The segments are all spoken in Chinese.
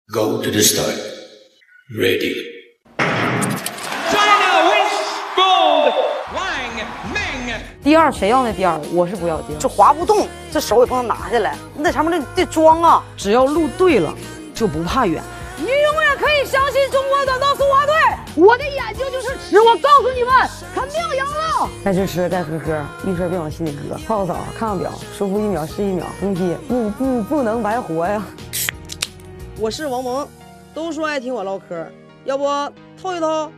Go to the start. Ready. China wins gold. Wang Ming. 第二谁要那第二，我是不要第二。 这滑不动，这手也不能拿下来，你在上面得装啊。 只要路对了，就不怕远。 你永远可以相信中国短道速滑队，我的眼睛就是尺，我告诉你们，肯定赢了。 该吃吃，该喝喝，遇事别往心里搁。泡个澡，看看表，舒服1秒是1秒，东西不能白活呀。 我是王蒙，都说爱听我唠嗑，要不透一透？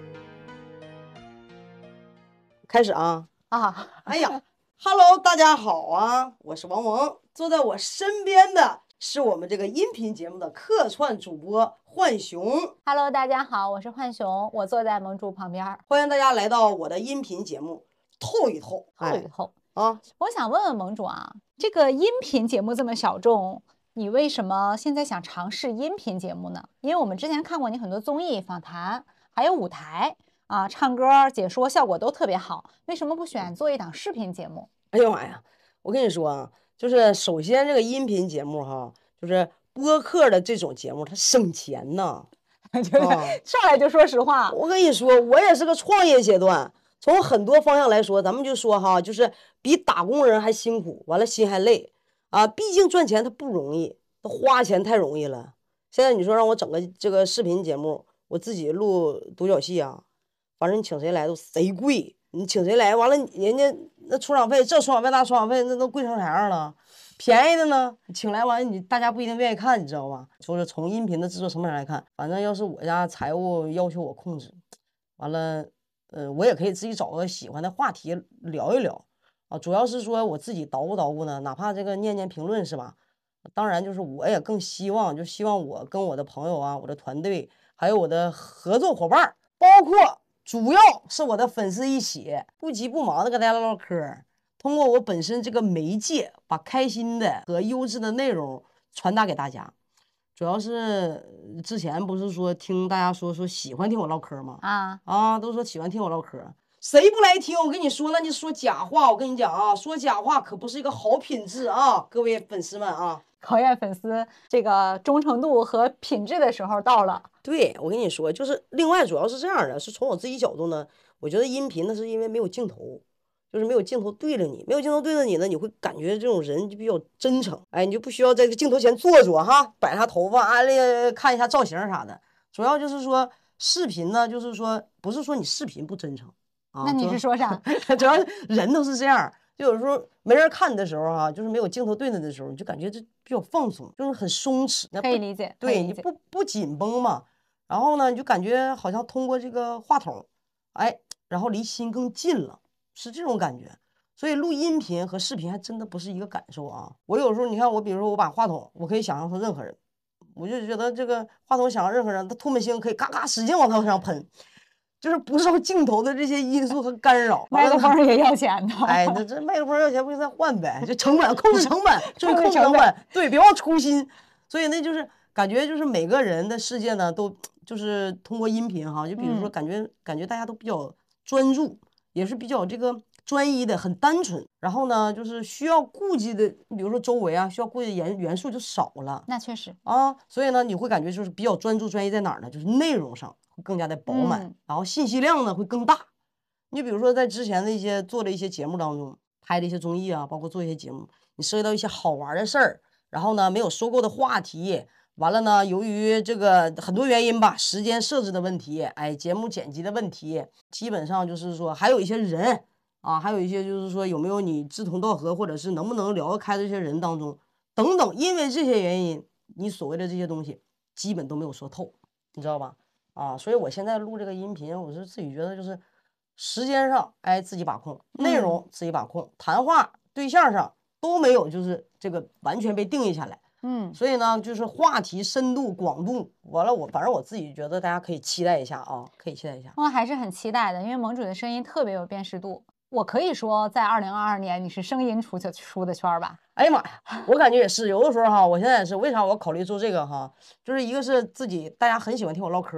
开始啊！哎呀，Hello， 大家好啊，我是王蒙，坐在我身边的是我们这个音频节目的客串主播浣熊。 Hello， 大家好，我是浣熊，我坐在盟主旁边。 欢迎大家来到我的音频节目，透一透， 透一透啊！ 我想问问盟主啊，这个音频节目这么小众，你为什么现在想尝试音频节目呢？因为我们之前看过你很多综艺访谈，还有舞台啊，唱歌解说效果都特别好，为什么不选做一档视频节目？ 哎呦妈呀，我跟你说啊，就是首先这个音频节目哈，就是播客的这种节目，它省钱呐。 上来就说实话， 我跟你说，我也是个创业阶段，从很多方向来说，咱们就说哈，就是比打工人还辛苦，完了心还累啊。毕竟赚钱它不容易，它花钱太容易了。现在你说让我整个这个视频节目，我自己录独角戏啊，反正你请谁来都贼贵，你请谁来，完了人家那出场费，这出场费那出场费，那都贵成啥样了？便宜的呢，请来完你大家不一定愿意看，你知道吧？就是从音频的制作成本来看，反正要是我家财务要求我控制，完了，我也可以自己找个喜欢的话题聊一聊啊。主要是说我自己捣鼓捣鼓呢，哪怕这个念念评论是吧？当然就是我也更希望，就希望我跟我的朋友啊，我的团队，还有我的合作伙伴，包括主要是我的粉丝一起不急不忙的跟大家唠唠嗑。通过我本身这个媒介，把开心的和优质的内容传达给大家。主要是之前不是说听大家说喜欢听我唠嗑吗？都说喜欢听我唠嗑，谁不来听？我跟你说，那你说假话。我跟你讲啊，说假话可不是一个好品质啊，各位粉丝们啊， 考验粉丝这个忠诚度和品质的时候到了。 对，我跟你说，就是另外主要是这样的，是从我自己角度呢，我觉得音频呢是因为没有镜头。就是没有镜头对着你，没有镜头对着你呢，你会感觉这种人就比较真诚，哎，你就不需要在这个镜头前坐着哈，摆下头发啊，看一下造型啥的。主要就是说视频呢，就是说不是说你视频不真诚啊， 那你是说啥？ 主要人都是这样，就有时候没人看的时候哈，就是没有镜头对着的时候，你就感觉这比较放松，就是很松弛， 可以理解。 对，你不紧绷嘛，然后呢，你就感觉好像通过这个话筒，哎，然后离心更近了。是这种感觉，所以录音频和视频还真的不是一个感受啊！我有时候你看我，比如说我把话筒，我可以想象成任何人，我就觉得这个话筒想象任何人，他唾沫星可以嘎嘎使劲往他身上喷，就是不受镜头的这些因素和干扰。 麦克风也要钱的， 哎，这麦克风要钱不就再换呗？就成本控制成本，注意控制成本，对，别忘初心。所以那就是感觉就是每个人的世界呢，都就是通过音频哈，就比如说感觉大家都比较专注。也是比较这个专一的，很单纯。然后呢，就是需要顾忌的，比如说周围啊，需要顾忌的元素就少了。 那确实啊，所以呢，你会感觉就是比较专注、专一在哪儿呢？就是内容上会更加的饱满，然后信息量呢会更大。你比如说在之前的一些做的一些节目当中，拍的一些综艺啊，包括做一些节目，你涉及到一些好玩的事儿，然后呢没有收购的话题。完了呢，由于这个很多原因吧，时间设置的问题，哎，节目剪辑的问题，基本上就是说还有一些人啊，还有一些就是说有没有你志同道合，或者是能不能聊得开的这些人当中等等，因为这些原因，你所谓的这些东西基本都没有说透，你知道吧？啊，所以我现在录这个音频，我是自己觉得就是时间上哎自己把控，内容自己把控，谈话对象上都没有就是这个完全被定义下来。所以呢，就是话题深度广度，完了反正我自己觉得大家可以期待一下啊，可以期待一下。 我还是很期待的，因为盟主的声音特别有辨识度。我可以说，在2022年你是声音出的圈吧？ 哎呀妈呀，我感觉也是，有的时候哈，我现在也是，为啥我考虑做这个哈？就是一个是自己大家很喜欢听我唠嗑，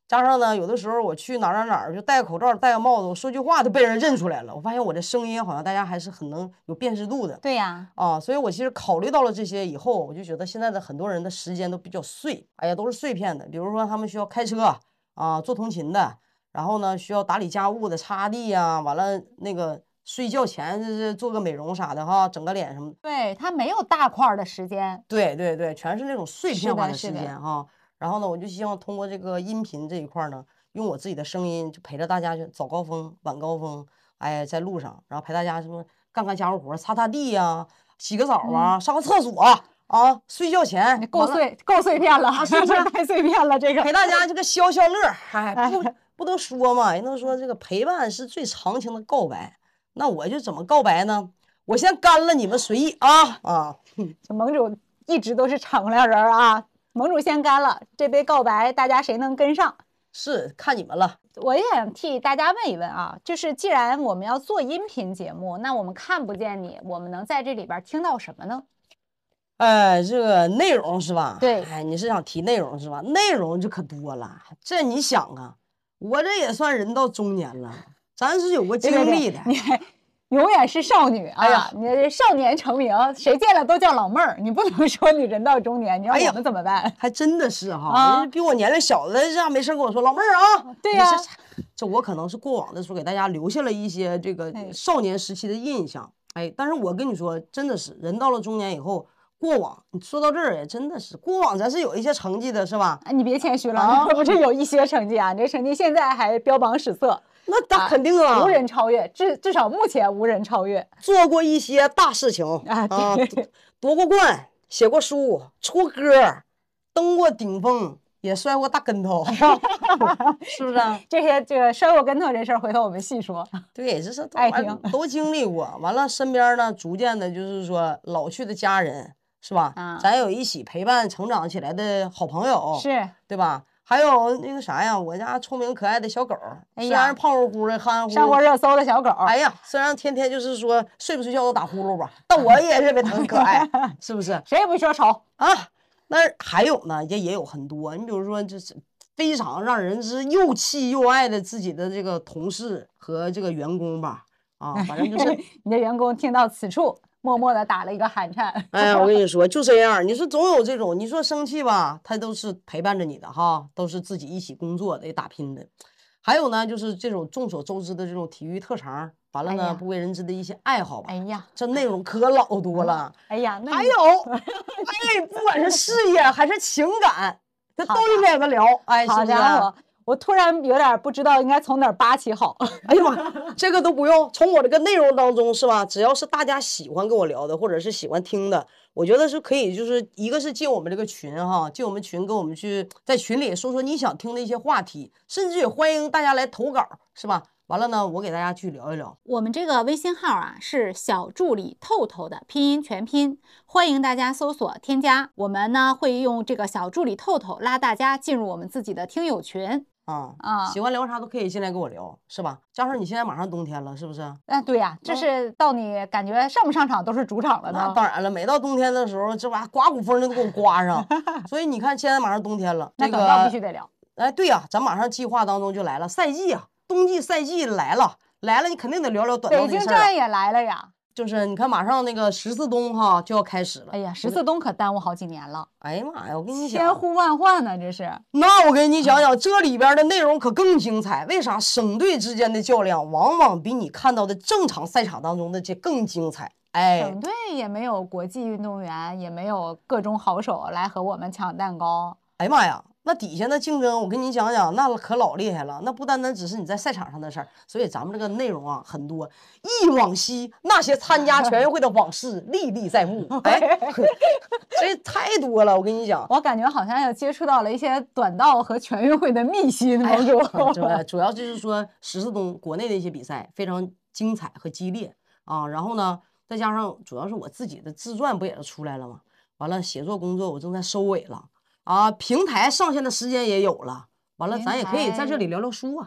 加上呢，有的时候我去哪儿就戴个口罩、戴个帽子，我说句话都被人认出来了。我发现我的声音好像大家还是很能有辨识度的。 对呀， 所以我其实考虑到了这些以后，我就觉得现在的很多人的时间都比较碎，哎呀，都是碎片的。比如说他们需要开车做通勤的，然后呢需要打理家务的、擦地呀，完了那个睡觉前就是做个美容啥的哈，整个脸什么的。 对他没有大块儿的时间。 对对对，全是那种碎片化的时是的间哈。然后呢，我就希望通过这个音频这一块呢，用我自己的声音就陪着大家去早高峰、晚高峰，哎，在路上，然后陪大家什么干干家务活，擦擦地呀、洗个澡啊、上个厕所啊，睡觉前你够碎片了， 是不是太碎片了？这个陪大家这个消消乐。哎，不都说嘛，人都说这个陪伴是最长情的告白。那我就怎么告白呢？我先干了，你们随意啊。 这盟主一直都是敞亮人啊。盟主先干了这杯告白，大家谁能跟上？ 是看你们了。 我也想替大家问一问啊，就是既然我们要做音频节目，那我们看不见你，我们能在这里边听到什么呢？ 这个内容是吧？ 对， 你是想提内容是吧？内容就可多了。这你想啊，我这也算人到中年了，咱是有过经历的。 你还永远是少女啊！ 哎呀， 你这少年成名，谁见了都叫老妹儿。你不能说你人到中年，你让我们怎么办？ 还真的是哈，人家比我年龄小的，这样没事跟我说老妹儿啊。 对呀， 这我可能是过往的时候给大家留下了一些这个少年时期的印象。但是我跟你说，真的是人到了中年以后。过往，你说到这儿也真的是过往，咱是有一些成绩的，是吧？ 你别谦虚了，不是有一些成绩啊，你这成绩现在还标榜史册， 那肯定啊， 无人超越，至少目前无人超越。 做过一些大事情夺过冠，写过书，出歌，登过顶峰，也摔过大跟头，是不是？ 这个摔过跟头这事儿，回头我们细说。 对，这是爱听， 都经历过。完了，身边呢，逐渐的就是说老去的家人。是吧？咱有一起陪伴成长起来的好朋友， 是对吧？还有那个啥呀，我家聪明可爱的小狗，虽然胖乎乎的、憨乎乎， 上过热搜的小狗。 哎呀，虽然天天就是说睡不睡觉都打呼噜吧，但我也认为它很可爱，是不是？ 谁也不说丑啊。那还有呢，也有很多，你比如说，就是非常让人是又气又爱的自己的这个同事和这个员工吧，反正就是你的员工听到此处。默默的打了一个寒颤。 哎呀，我跟你说，就这样。你说总有这种，你说生气吧，他都是陪伴着你的哈，都是自己一起工作的、打拼的。还有呢，就是这种众所周知的这种体育特长，完了呢，不为人知的一些爱好吧。 哎呀， 这内容可老多了。 哎呀， 还有，不管是事业还是情感，这都应该有个聊。哎， 好家伙！我突然有点不知道应该从哪儿扒起好。 哎呀妈，这个都不用，从我这个内容当中是吧？只要是大家喜欢跟我聊的，或者是喜欢听的，我觉得是可以，就是一个是进我们这个群哈，进我们群跟我们去在群里说说你想听的一些话题，甚至也欢迎大家来投稿，是吧？完了呢，我给大家去聊一聊。 我们这个微信号啊是小助理透透的拼音全拼，欢迎大家搜索添加。我们呢会用这个小助理透透拉大家进入我们自己的听友群。 喜欢聊啥都可以进来跟我聊，是吧？加上你现在马上冬天了，是不是？ 对呀，这是到你感觉上不上场都是主场了呢。 那当然了，每到冬天的时候，这玩意刮股风就给我刮上。所以你看，现在马上冬天了， 那广告必须得聊。 哎，对呀，咱马上计划当中就来了，赛季啊，冬季赛季来了，你肯定得聊聊短道的事儿。 北京站也来了呀。 就是你看，马上那个14冬哈就要开始了。 哎呀，14冬可耽误好几年了。 哎呀妈呀，我跟你讲， 千呼万唤呢，这是。 那我给你讲讲，这里边的内容可更精彩。为啥？省队之间的较量往往比你看到的正常赛场当中的这更精彩。哎， 省队也没有国际运动员，也没有各种好手来和我们抢蛋糕。 哎呀妈呀！那底下的竞争，我跟你讲讲，那可老厉害了。那不单单只是你在赛场上的事儿，所以咱们这个内容啊很多。忆往昔那些参加全运会的往事历历在目，哎，这太多了。我跟你讲， 我感觉好像要接触到了一些短道和全运会的秘辛。盟主， 主要就是说14冬国内的一些比赛非常精彩和激烈啊。然后呢，再加上主要是我自己的自传不也是出来了吗？完了，写作工作我正在收尾了。平台上线的时间也有了，完了咱也可以在这里聊聊书啊。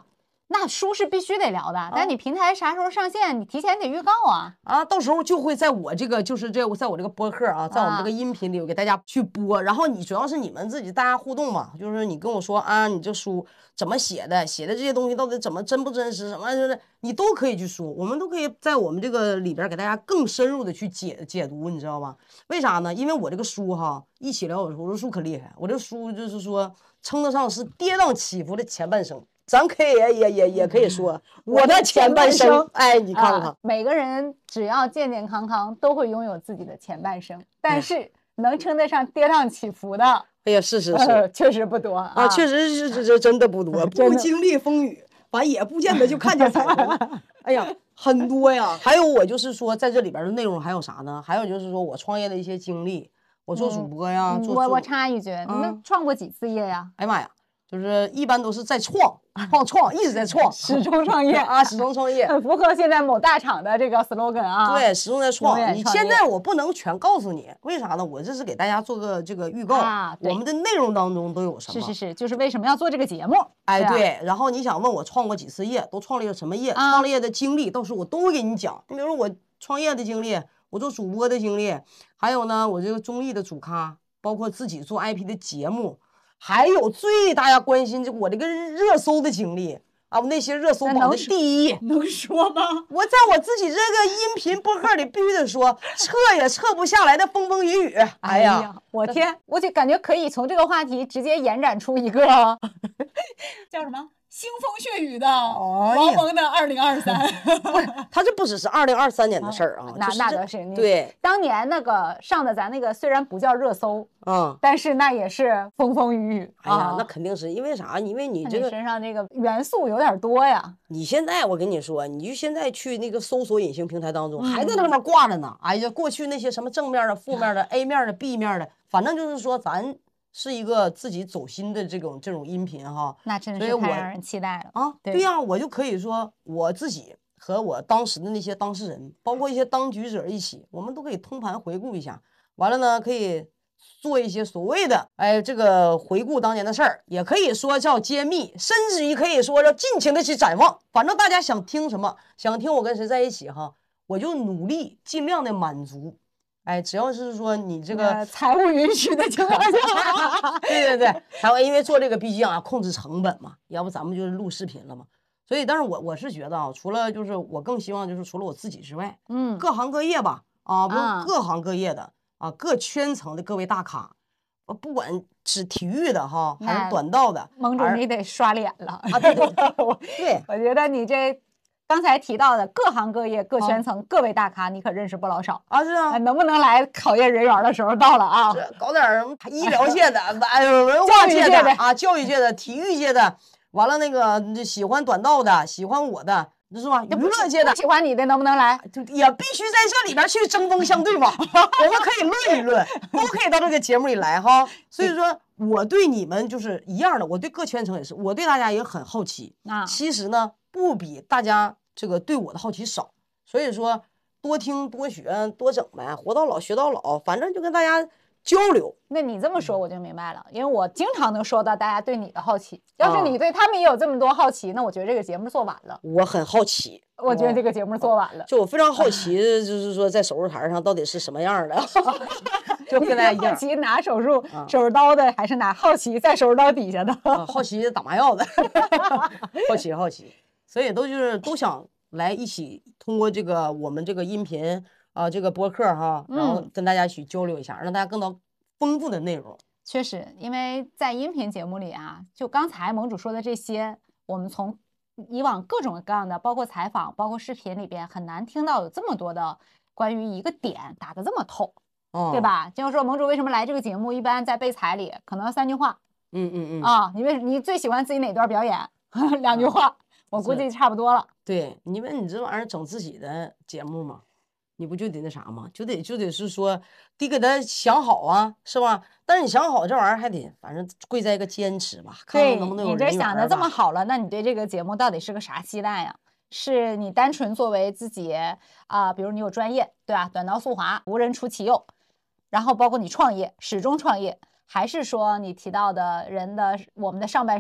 那书是必须得聊的，但你平台啥时候上线，你提前得预告啊。 到时候就会在我这个在我这个播客啊，在我们这个音频里，我给大家去播。然后主要是你们自己大家互动嘛，就是你跟我说啊，你这书怎么写的这些东西到底怎么真不真实，什么就是你都可以去说，我们都可以在我们这个里边给大家更深入的去解读，你知道吧？为啥呢？因为我这个书哈，一起聊我这书可厉害，我这书就是说称得上是跌宕起伏的前半生。咱可以也可以说我的前半生，哎，你看看， 每个人只要健健康康，都会拥有自己的前半生，但是能称得上跌宕起伏的， 哎呀，是， 确实不多啊，确实是真的不多，不经历风雨，反正也不见得就看见彩虹。哎呀，很多呀。还有我就是说，在这里边的内容还有啥呢？还有就是说我创业的一些经历，我做主播呀， 我插一句，你们创过几次业呀？ 哎呀妈呀！就是一般都是在创，一直在创， 始终创业啊，始终创业， 很符合现在某大厂的这个 slogan 啊。 对，始终在创。你现在我不能全告诉你，为啥呢？我这是给大家做个这个预告，我们的内容当中都有什么？ 是，就是为什么要做这个节目？ 哎，对。然后你想问我创过几次业，都创立了什么业，创业的经历，到时候我都会给你讲。你比如说我创业的经历，我做主播的经历，还有呢，我这个综艺的主咖，包括自己做 IP 的节目。还有最大家关心我这个热搜的经历啊，我那些热搜榜的第一， 能说吗？ 我在我自己这个音频播客里必须得说，撤也撤不下来的风风雨雨。哎呀， 我天，我就感觉可以从这个话题直接延展出一个叫什么？腥风血雨的王蒙的2023， 不是，他这不只是2023年的事儿啊， 那倒是对， 当年那个上的咱那个虽然不叫热搜，但是那也是风风雨雨。 哎呀，那肯定是因为啥？因为你这个身上这个元素有点多呀。 你现在我跟你说，你就现在去那个搜索引擎平台当中，还在那边挂着呢。哎呀，过去那些什么正面的、负面的、A 面的、B 面的，反正就是说咱。是一个自己走心的这种音频哈， 那真的是太让人期待了啊！对呀，我就可以说我自己和我当时的那些当事人，包括一些当局者一起，我们都可以通盘回顾一下。完了呢，可以做一些所谓的这个回顾当年的事儿，也可以说叫揭秘，甚至于可以说叫尽情的去展望。反正大家想听什么，想听我跟谁在一起哈，我就努力尽量的满足。哎，只要是说你这个财务允许的情况下， 对，还有因为做这个毕竟啊控制成本嘛，要不咱们就是录视频了嘛。所以，但是我是觉得啊，除了就是我更希望就是除了我自己之外，各行各业吧，不是各行各业的啊，各圈层的各位大咖，不管是体育的哈，还是短道的， 盟主你得刷脸了啊！对， 我觉得你这。刚才提到的各行各业、各圈层、各位大咖，你可认识不老少啊！是啊， 能不能来考验人缘的时候到了啊？ 搞点医疗界的、文化界的啊、教育界的、体育界的，完了那个喜欢短道的、喜欢我的，是吧？娱乐界的喜欢你的能不能来？ 也必须在这里边去针锋相对嘛。我们可以论一论，都可以到这个节目里来哈。所以说，我对你们就是一样的，我对各圈层也是，我对大家也很好奇啊。其实呢。不比大家这个对我的好奇少，所以说多听多学多整呗，活到老学到老，反正就跟大家交流。 那你这么说我就明白了，因为我经常能说到大家对你的好奇，要是你对他们也有这么多好奇，那我觉得这个节目做晚了。 我很好奇， 我觉得这个节目做晚了， 就我非常好奇，就是说在手术台上到底是什么样的，就跟大家一样。 好奇拿手术刀的，还是拿好奇在手术刀底下的？ 好奇打麻药的，好奇。所以都想来一起通过这个我们这个音频啊，这个播客哈，然后跟大家一起交流一下，让大家更多丰富的内容。 确实，因为在音频节目里啊，就刚才盟主说的这些，我们从以往各种各样的，包括采访、包括视频里边，很难听到有这么多的关于一个点打得这么透，对吧？就是说盟主为什么来这个节目，一般在备采里可能3句话，啊，你最喜欢自己哪段表演？2句话。我估计差不多了。 对，因为你这玩意儿整自己的节目嘛，你不就得那啥吗？就得是说得给他想好啊，是吧？但是你想好这玩意儿还得，反正贵在一个坚持吧。看看能不能有人缘吧。 你这想的这么好了，那你对这个节目到底是个啥期待呀？是你单纯作为自己比如你有专业，对吧？短道速滑无人出其右，然后包括你创业，始终创业。还是说你提到的我们的上半生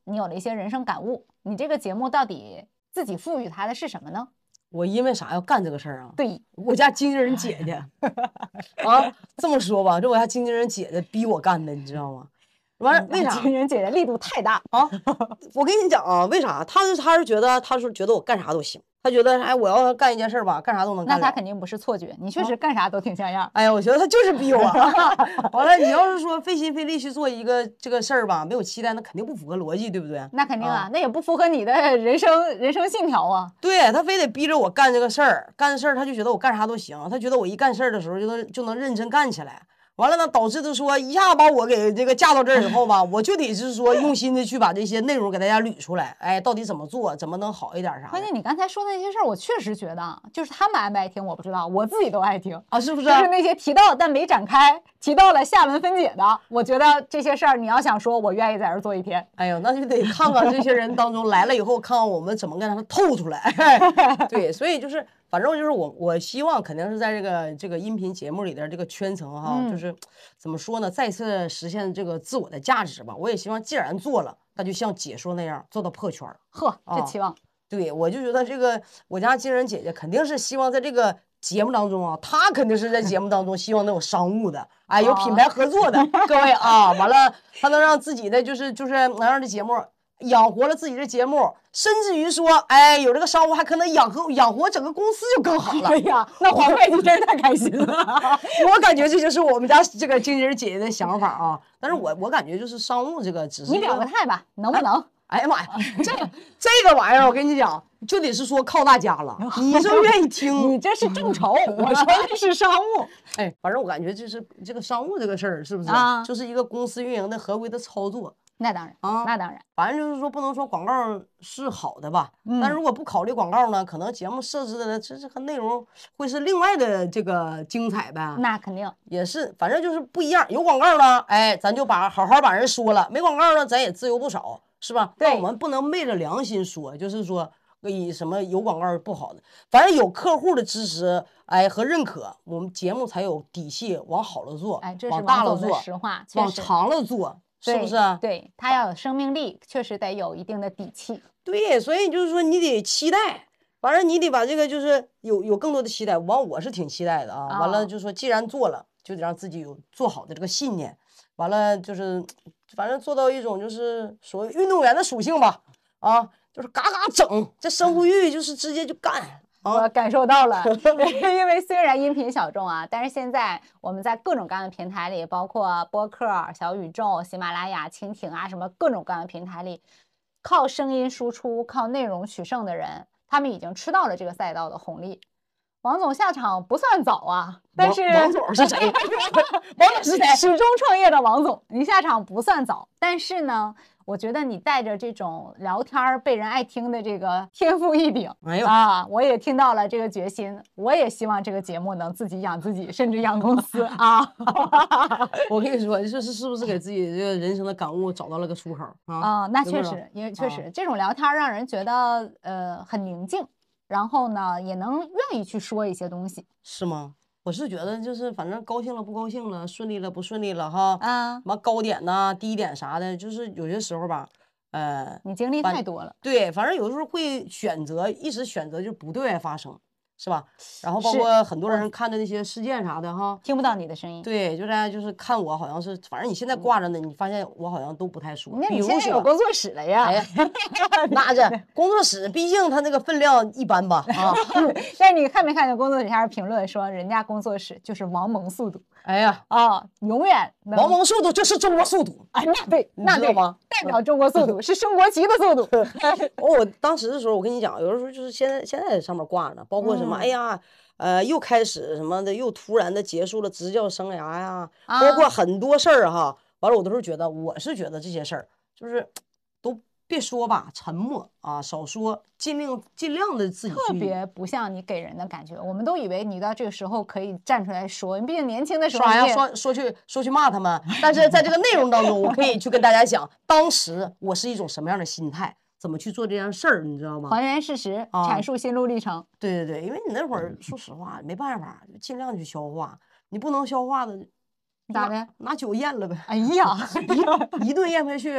你有了一些人生感悟。你这个节目到底自己赋予它的是什么呢？ 我因为啥要干这个事儿啊？ 对， 我家经纪人姐姐啊，这么说吧，这我家经纪人姐姐逼我干的，你知道吗？完了，为啥？ 经纪人姐姐力度太大啊！我跟你讲啊，为啥？他是觉得我干啥都行，他觉得哎，我要干一件事吧，干啥都能干。 那他肯定不是错觉，你确实干啥都挺像样。 哎呀，我觉得他就是逼我。完了，你要是说费心费力去做一个这个事儿吧，没有期待，那肯定不符合逻辑，对不对？ 那肯定啊，那也不符合你的人生信条啊。 对，他非得逼着我干这个事儿，他就觉得我干啥都行，他觉得我一干事儿的时候就能认真干起来。完了呢，导致的说一下把我给这个架到这儿以后吧，我就得是说用心的去把这些内容给大家捋出来，哎，到底怎么做，怎么能好一点啥的。 关键你刚才说的那些事儿，我确实觉得，就是他们爱不爱听我不知道，我自己都爱听啊，是不是？ 就是那些提到但没展开，提到了下文分解的，我觉得这些事儿你要想说，我愿意在这儿做一天。 哎呦，那就得看看这些人当中来了以后，看看我们怎么让他透出来。对，所以就是。反正就是我希望肯定是在这个音频节目里的这个圈层哈，就是怎么说呢，再次实现这个自我的价值吧。我也希望既然做了，那就像姐说那样做到破圈。 呵，这期望。 对，我就觉得这个我家经纪人姐姐肯定是希望在这个节目当中啊，她肯定是在节目当中希望能有商务的，哎，有品牌合作的，各位啊，完了她能让自己的就是能让这节目。养活了自己的节目，甚至于说，哎，有这个商务还可能养活整个公司就更好了。 哎呀，那黄会计真是太开心了。 我感觉这就是我们家这个经纪人姐姐的想法啊。但是我感觉就是商务这个只是你表个态吧，能不能？ 哎呀妈呀，这个玩意儿我跟你讲，就得是说靠大家了。你就愿意听， 你这是众筹，我说的是商务。 哎，反正我感觉就是这个商务这个事儿，是不是？就是一个公司运营的合规的操作。 那当然啊，那当然， 反正就是说不能说广告是好的吧，但如果不考虑广告呢，可能节目设置的这个内容会是另外的这个精彩呗。 那肯定也是，反正就是不一样。有广告呢，哎，咱就好好把人说了；没广告呢，咱也自由不少，是吧？ 对， 但我们不能昧着良心说，就是说以什么有广告不好的，反正有客户的支持，哎和认可，我们节目才有底气往好了做， 哎，这是往大了做， 实话， 往长了做。是不是啊？ 对，它要有生命力，确实得有一定的底气。 对，所以就是说你得期待，反正你得把这个就是有更多的期待。我是挺期待的啊。完了就是说，既然做了，就得让自己有做好的这个信念。完了就是，反正做到一种就是所谓运动员的属性吧，啊，就是嘎嘎整，这胜负欲就是直接就干。 我感受到了，因为虽然音频小众啊，但是现在我们在各种各样的平台里，包括播客、小宇宙、喜马拉雅、蜻蜓啊，什么各种各样的平台里，靠声音输出、靠内容取胜的人，他们已经吃到了这个赛道的红利。王总下场不算早啊，但是王总是谁？王总是谁？ 始终创业的王总，你下场不算早，但是呢，我觉得你带着这种聊天被人爱听的这个天赋异禀， 哎呦啊，我也听到了这个决心，我也希望这个节目能自己养自己，甚至养公司啊。 我跟你说，是不是给自己这个人生的感悟找到了个出口啊？ 那确实，因为确实这种聊天让人觉得很宁静。然后呢，也能愿意去说一些东西， 是吗？我是觉得就是反正高兴了不高兴了，顺利了不顺利了哈，完高点呐、低点啥的，就是有些时候吧， 你经历太多了， 对，反正有时候会一直选择就不对外发声，是吧？然后包括很多人看的那些事件啥的哈， 听不到你的声音， 对，就是看我好像是，反正你现在挂着呢，你发现我好像都不太说。 那你现在有工作室了呀？ 哎呀，那这工作室毕竟他那个分量一般吧啊。 但是你看没看见工作室下评论说人家工作室就是王蒙速度？ 哎呀永远王蒙速度就是中国速度。 哎，那对吗？代表中国速度是升国旗的速度。 我当时的时候，我跟你讲，有的时候就是现在上面挂着呢，包括什么，哎呀。又开始什么的，又突然的结束了执教生涯呀，包括很多事儿哈。完了，我是觉得这些事儿就是都别说吧，沉默啊，少说，尽量的自己特别不像你给人的感觉。我们都以为你到这个时候可以站出来说，你毕竟年轻的时候说去骂他们，但是在这个内容当中，我可以去跟大家讲，当时我是一种什么样的心态。怎么去做这件事儿，你知道吗？ 还原事实，阐述心路历程。 对，因为你那会儿说实话没办法，就尽量去消化。你不能消化的， 咋的？ 拿酒咽了呗。 哎呀， 一顿咽回去，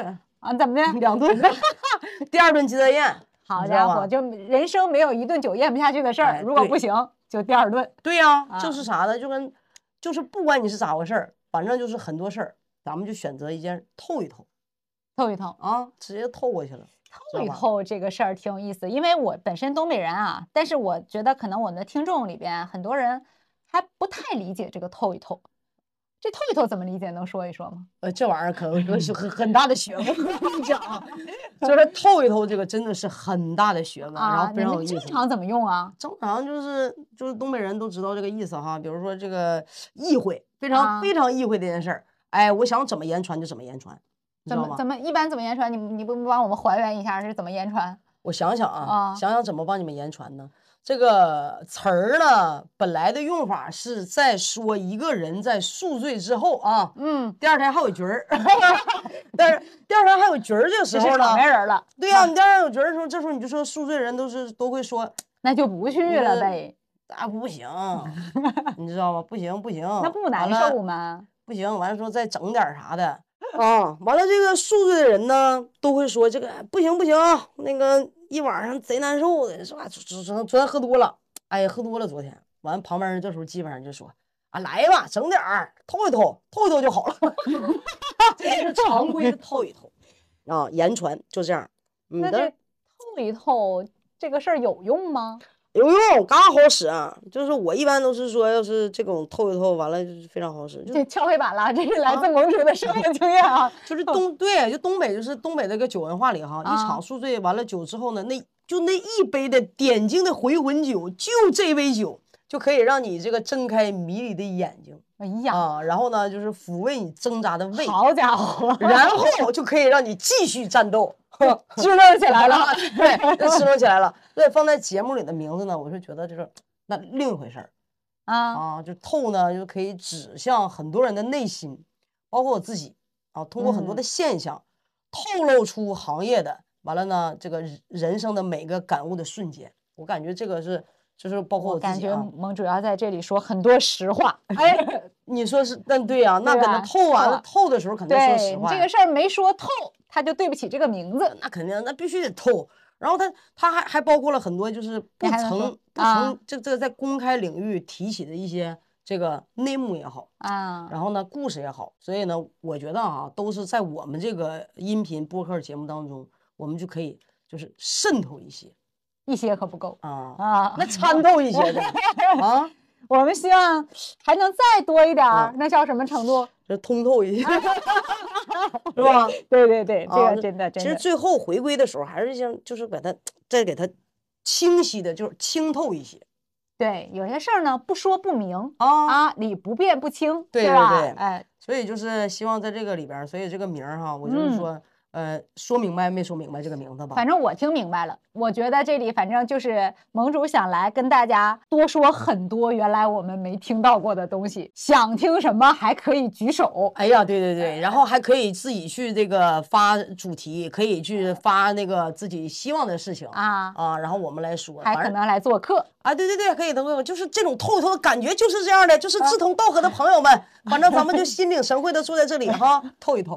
啊，怎么的？ 2顿，第2顿接着宴。 好家伙， 你知道吧就人生没有1顿酒咽不下去的事儿， 哎对如果不行就第2顿。 对呀、 啊就是啥呢？就是不管你是咋回事儿，反正就是很多事儿，咱们就选择一件透一透透一透。 啊，直接透过去了。知透一道吧透这个事儿挺有意思，因为我本身东北人啊，但是我觉得可能我们的听众里边很多人还不太理解这个透一透。这透一透怎么理解？能说一说吗？ 这玩意儿可是很大的学问，我跟你讲啊，就是透一透这个真的是很大的学问，然啊， 后非你常有意思。 们经常怎么用啊？ 正常就是东北人都知道这个意思哈，比如说这个意会，非常、 啊非常意会这件事儿，哎，我想怎么言传就怎么言传，你知道吗？ 一般怎么言传？你不帮我们还原一下是怎么言传？ 我想想啊， 啊想想怎么帮你们言传呢？这个词儿呢，本来的用法是在说一个人在宿醉之后啊， 嗯， 第2天还有局儿，但是第2天还有局儿这个时候呢这是场，面人了， 对呀、你第2天有局儿的时候，这时候你就说宿醉人都会说， 那就不去了呗， 啊不行，你知道吗？不行不行， 那不难完了受吗？ 不行，完了说再整点儿啥的啊，完了这个宿醉的人呢，都会说这个不行不行啊，那个一晚上贼难受的，是吧？昨天喝多了，哎呀喝多了昨天，完了旁边人这时候基本上就说啊来吧，整点儿透一透，透一透就好了，这是常规的透一透啊，言传就这样。 那这透一透这个事儿有用吗？ 有用，嘎好使啊！就是我一般都是说，要是这种透一透完了，就是非常好使。就这敲黑板了，这是来自盟主的生活经验啊！ 就是对，就东北，就是东北这个酒文化里哈，一啊场宿醉完了酒之后呢，那一杯的点睛的回魂酒，就这杯酒就可以让你这个睁开迷离的眼睛哎呀， 啊，然后呢就是抚慰你挣扎的胃， 好家伙， 然后就可以让你继续战斗。 支棱起来了。 对，支棱起来了。对，放在节目里的名字呢，我是觉得就是那另一回事儿。 啊， 啊，就透呢，就可以指向很多人的内心，包括我自己啊，通过很多的现象，透露出行业的，完了呢，这个人生的每个感悟的瞬间，我感觉这个是，就是包括我感觉我自己啊。 盟主要在这里说很多实话。哎， 你说是，但对呀、那对吧可能透完了，透的时候肯定说对实话呀。 你这个事儿没说透，他就对不起这个名字。 那肯定，那必须得透。然后它还包括了很多，就是不你还能说曾不啊曾这个在公开领域提起的一些这个内幕也好， 啊， 然后呢，故事也好，所以呢，我觉得啊，都是在我们这个音频播客节目当中，我们就可以就是渗透一些一些可不够啊， 啊。 那参透一些的啊， 我们希望还能再多一点儿，那叫什么程度？ 这通透一些，是吧？ 对对对，这啊个真的真的。 其实最后回归的时候，还是想就是再给它清晰的，就是清透一些对，有些事儿呢不说不明啊。 啊，理不辩不清， 对吧？ 对对哎， 所以就是希望在这个里边儿，所以这个名儿哈，我就是说，说明白没说明白这个名字吧？ 反正我听明白了，我觉得这里反正就是盟主想来跟大家多说很多原来我们没听到过的东西，想听什么还可以举手。 哎呀，对对对，然后还可以自己去这个发主题，可以去发那个自己希望的事情啊然后我们来说，反正还可能来做客。 啊，对对对，可以等会就是这种透一透的感觉就是这样的，就是志同道合的朋友们，反正咱们就心领神会的坐在这里哈，透一透。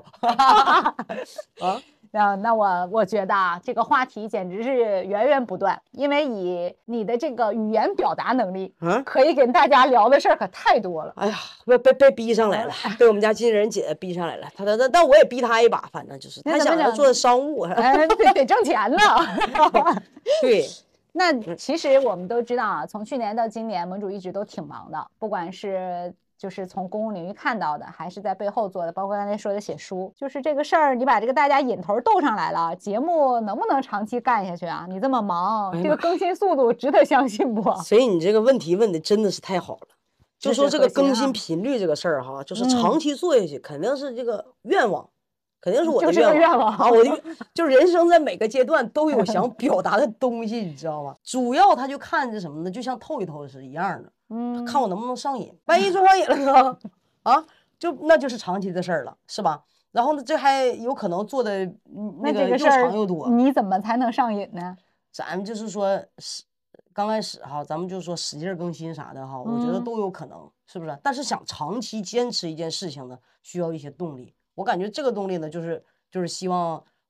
那我觉得啊，这个话题简直是源源不断，因为以你的这个语言表达能力，可以跟大家聊的事儿可太多了。 哎呀，被逼上来了，被我们家经纪人姐逼上来了。但我也逼他一把，反正就是他想要做商务。 哎，得挣钱呢。 对， 那其实我们都知道啊，从去年到今年，盟主一直都挺忙的，不管是就是从公共领域看到的，还是在背后做的，包括刚才说的写书，就是这个事儿，你把这个大家引头逗上来了，节目能不能长期干下去啊？你这么忙，这个更新速度值得相信不？ 所以你这个问题问的真的是太好了。就说这个更啊新频率这个事儿哈，就是长期做下去，肯定是这个愿望，肯定是我的就是个愿望啊。我的就是人生在每个阶段都有想表达的东西，你知道吗？主要他就看这什么呢？就像透一透是一样的，看我能不能上瘾。万一做上瘾了呢？那就是长期的事儿了，是吧？然后呢，这还有可能做的那个又这个事儿长又多。 你怎么才能上瘾呢？ 咱们就是说刚开始哈，咱们就说使劲更新啥的哈，我觉得都有可能，是不是？但是想长期坚持一件事情呢，需要一些动力。我感觉这个动力呢，就是希望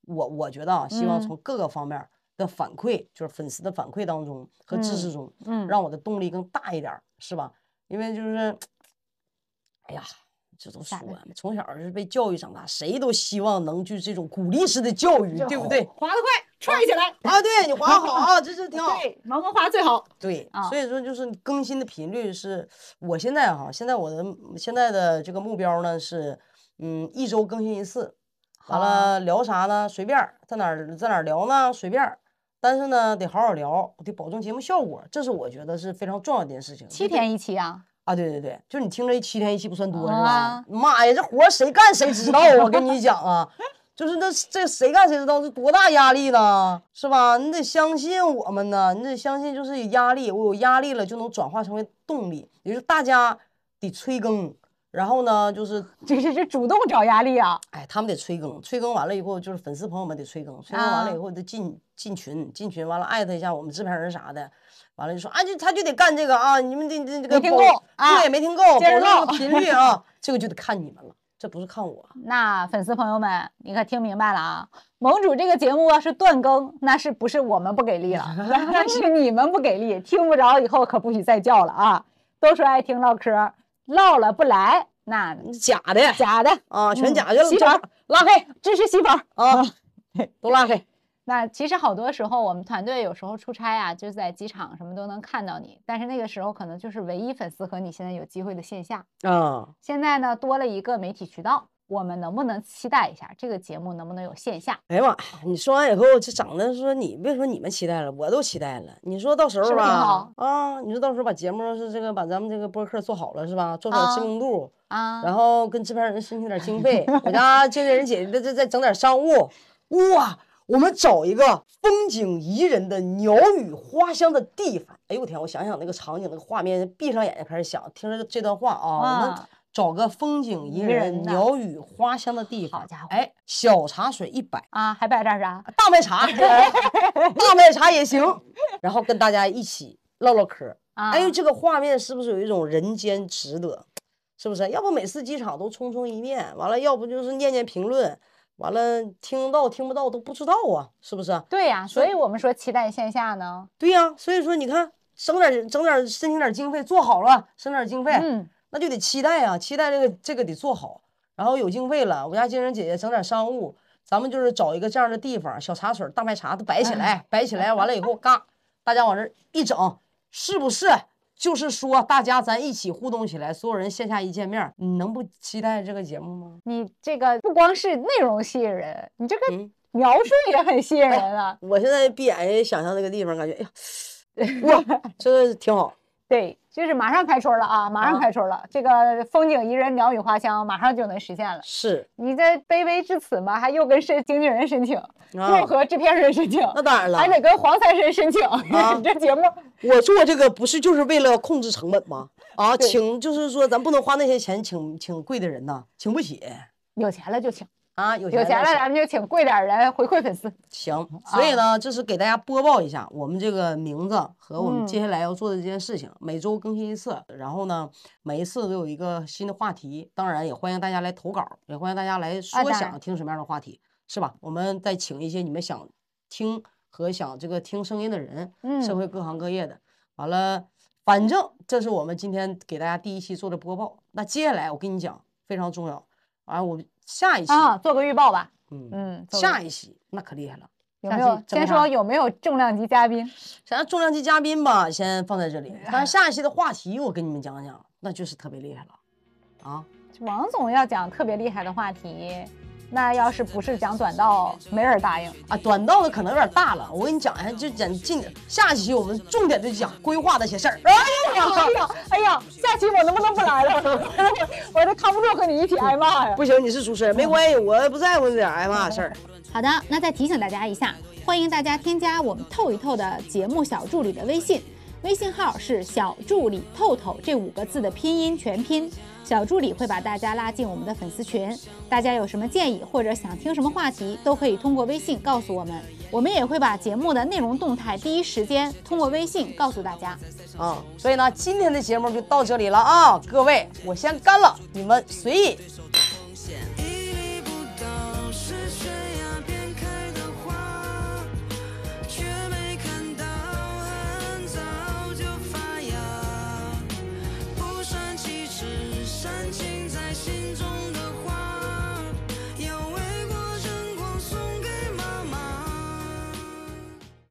我觉得啊，希望从各个方面的反馈，就是粉丝的反馈当中和支持中，让我的动力更大一点儿，是吧？因为就是，哎呀。这都说从小是被教育长大，谁都希望能就这种鼓励式的教育，对不对？ 滑得快，踹起来啊！对你滑得好啊，这是挺好。 对，萌萌滑最好。 对，所以说就是更新的频率是，我现在我的现在的这个目标呢是，1周更新1次，完了聊啥呢？随便，在哪儿聊呢？随便，但是呢得好好聊，得保证节目效果，这是我觉得是非常重要的一件事情。 7天1期啊。 啊，对对对，就你听这7天1期不算多是吧？妈呀，这活谁干谁知道啊！我跟你讲啊，就是这谁干谁知道，这多大压力呢，是吧？你得相信我们呢，你得相信就是有压力，我有压力了就能转化成为动力，也就是大家得催更，然后呢就是这是主动找压力啊！ 哎，他们得催更，催更完了以后就是粉丝朋友们得催更，催更完了以后得进群，完了艾特一下我们制片人啥的。完了就说啊，他就得干这个啊，你们这个没听够啊， 对，没听够，保证这个频率啊，这个就得看你们了，这不是看我。 那粉丝朋友们，你可听明白了啊？盟主这个节目要是断更，那是不是我们不给力了？那是你们不给力，听不着以后可不许再叫了啊！都说爱听唠嗑，唠了不来，那假的啊，全假去了。 洗粉拉黑，支持洗粉啊，都拉黑。 那其实好多时候我们团队有时候出差啊，就在机场什么都能看到你，但是那个时候可能就是唯一粉丝和你现在有机会的线下啊。 现在呢多了一个媒体渠道，我们能不能期待一下这个节目能不能有线下？ 哎呀妈，你说完以后这整的说你别说你们期待了，我都期待了。你说到时候吧，啊，你说到时候把节目是这个把咱们这个播客做好了是吧？做点知名度啊， 然后跟制片人申请点经费，我家经纪人姐姐再整点商务，哇！我们找一个风景宜人的鸟语花香的地方。哎呦我天，我想想那个场景那个画面，闭上眼睛开始想，听着这段话啊，我们找个风景宜人、鸟语花香的地方。 好家伙， 哎，小茶水100 啊，还摆点啥？ 大麦茶，大麦茶也行。然后跟大家一起唠唠嗑。哎呦，这个画面是不是有一种人间值得？是不是？要不每次机场都匆匆一面，完了，要不就是念念评论。完了，听到听不到都不知道啊，是不是？ 对呀，所以我们说期待线下呢。 对呀，所以说你看，整点申请点经费，做好了，申点经费，那就得期待啊，期待这个得做好。然后有经费了，我家经纪人姐姐整点商务，咱们就是找一个这样的地方，小茶水、大麦茶都摆起来，摆起来，完了以后，嘎，大家往这一整，是不是？就是说，大家咱一起互动起来，所有人线下一见面，你能不期待这个节目吗？ 你这个不光是内容吸引人，你这个描述也很吸引人啊！ 我现在闭眼想象那个地方，感觉哎呀，哇，真的挺好。 对，就是马上开春了啊，马上开春了，这个风景宜人、鸟语花香马上就能实现了。 是你这卑微至此吗？还又跟经纪人申请，又和制片人申请， 那当然了， 还得跟黄财神申请。你这节目， 我做这个不是就是为了控制成本吗？啊，请就是说咱不能花那些钱请贵的人呐，请不起。 有钱了就请。 啊，有钱了，咱们就请贵点人回馈粉丝。 行，所以呢，这是给大家播报一下我们这个名字和我们接下来要做的这件事情。每周更新1次，然后呢，每一次都有一个新的话题。当然，也欢迎大家来投稿，也欢迎大家来说想听什么样的话题，是吧？我们再请一些你们想听和想这个听声音的人，社会各行各业的。完了，反正这是我们今天给大家第1期做的播报。那接下来我跟你讲，非常重要。我下一期做个预报吧。 下一期那可厉害了。 有没有？先说有没有重量级嘉宾？ 咱重量级嘉宾吧，先放在这里。但是下一期的话题，我跟你们讲讲，那就是特别厉害了啊！ 王总要讲特别厉害的话题，那要是不是讲短道，没人答应啊。短道的可能有点大了，我跟你讲一下，就讲下期我们重点就讲规划那些事儿。 哎呀，下期我能不能不来了？我都扛不住和你一起挨骂呀！ 不行，你是主持人，没关系，我不在乎这点挨骂的事儿。 好的，那再提醒大家一下，欢迎大家添加我们透一透的节目小助理的微信，微信号是小助理透透这5个字的拼音全拼。小助理会把大家拉进我们的粉丝群，大家有什么建议或者想听什么话题，都可以通过微信告诉我们，我们也会把节目的内容动态第一时间通过微信告诉大家。 所以呢，今天的节目就到这里了啊，各位，我先干了，你们随意。